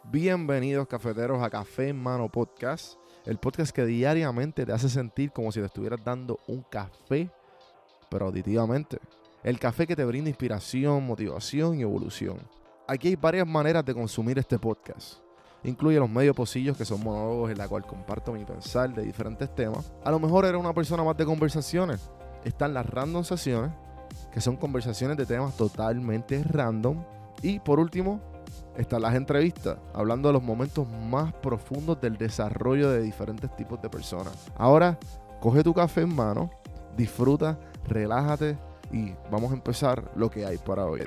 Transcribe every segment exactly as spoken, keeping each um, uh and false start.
Bienvenidos cafeteros a Café en Mano Podcast, el podcast que diariamente te hace sentir como si te estuvieras dando un café, pero auditivamente. El café que te brinda inspiración, motivación y evolución. Aquí hay varias maneras de consumir este podcast. Incluye los medios pocillos, que son monólogos en la cual comparto mi pensar de diferentes temas. A lo mejor eres una persona más de conversaciones. Están las random sesiones, que son conversaciones de temas totalmente random. Y por último, están las entrevistas, hablando de los momentos más profundos del desarrollo de diferentes tipos de personas. Ahora, coge tu café en mano, disfruta, relájate y vamos a empezar lo que hay para hoy.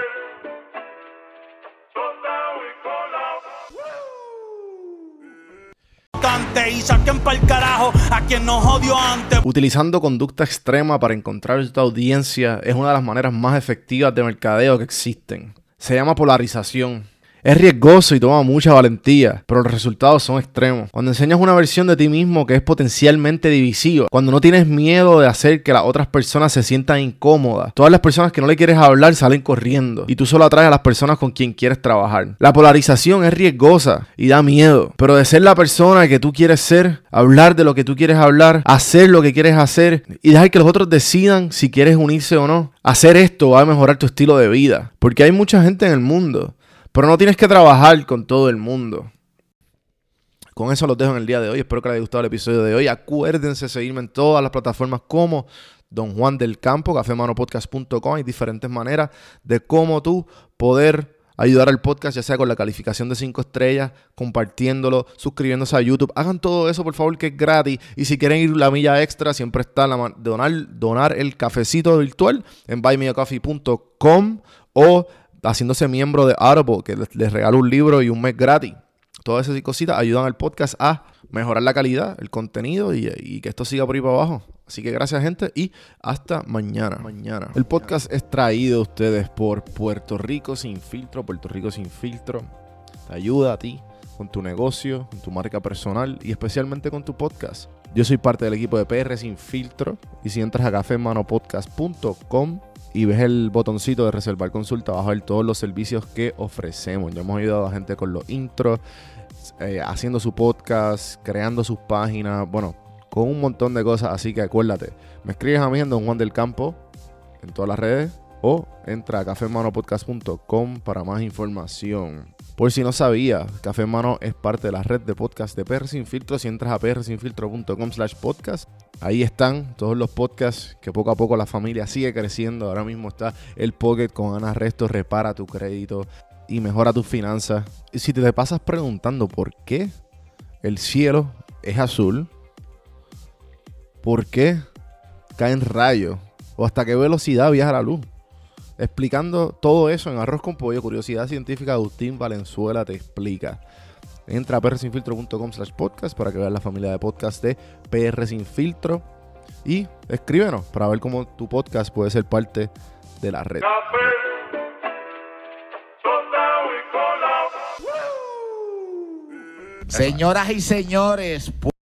Y saquen pa'l carajo a quien nos odió antes. Utilizando conducta extrema para encontrar tu audiencia es una de las maneras más efectivas de mercadeo que existen. Se llama polarización. Es riesgoso y toma mucha valentía, pero los resultados son extremos. Cuando enseñas una versión de ti mismo que es potencialmente divisiva, cuando no tienes miedo de hacer que las otras personas se sientan incómodas, todas las personas que no le quieres hablar salen corriendo y tú solo atraes a las personas con quien quieres trabajar. La polarización es riesgosa y da miedo, pero de ser la persona que tú quieres ser, hablar de lo que tú quieres hablar, hacer lo que quieres hacer y dejar que los otros decidan si quieres unirse o no, hacer esto va a mejorar tu estilo de vida, porque hay mucha gente en el mundo, pero no tienes que trabajar con todo el mundo. Con eso los dejo en el día de hoy. Espero que les haya gustado el episodio de hoy. Acuérdense de seguirme en todas las plataformas como Don Juan del Campo, café mano podcast punto com. Hay diferentes maneras de cómo tú poder ayudar al podcast, ya sea con la calificación de cinco estrellas, compartiéndolo, suscribiéndose a YouTube. Hagan todo eso, por favor, que es gratis. Y si quieren ir la milla extra, siempre está la man- donar, donar el cafecito virtual en buy me a coffee punto com o haciéndose miembro de Audible, que les, les regalo un libro y un mes gratis. Todas esas cositas ayudan al podcast a mejorar la calidad, el contenido y, y que esto siga por ahí para abajo. Así que gracias, gente, y hasta mañana. mañana. El podcast es traído a ustedes por Puerto Rico Sin Filtro. Puerto Rico Sin Filtro te ayuda a ti con tu negocio, con tu marca personal y especialmente con tu podcast. Yo soy parte del equipo de P R Sin Filtro y si entras a café en mano podcast punto com y ves el botoncito de reservar consulta, vas a ver todos los servicios que ofrecemos. Ya hemos ayudado a gente con los intros, eh, haciendo su podcast, creando sus páginas, bueno, con un montón de cosas. Así que acuérdate, me escribes a mí en Don Juan del Campo en todas las redes o entra a café en mano podcast punto com para más información. Por si no sabía, Café en Mano es parte de la red de podcast de P R Sin Filtro. Si entras a p r sin filtro punto com slash podcast, ahí están todos los podcasts que poco a poco la familia sigue creciendo. Ahora mismo está el Pocket con Ana Resto, repara tu crédito y mejora tus finanzas. Y si te pasas preguntando por qué el cielo es azul, por qué caen rayos o hasta qué velocidad viaja la luz, explicando todo eso en Arroz con Pollo, Curiosidad Científica, Agustín Valenzuela te explica. Entra a p r sin filtro punto com slash podcast para que veas la familia de podcast de P R Sin Filtro y escríbenos para ver cómo tu podcast puede ser parte de la red. Señoras y señores,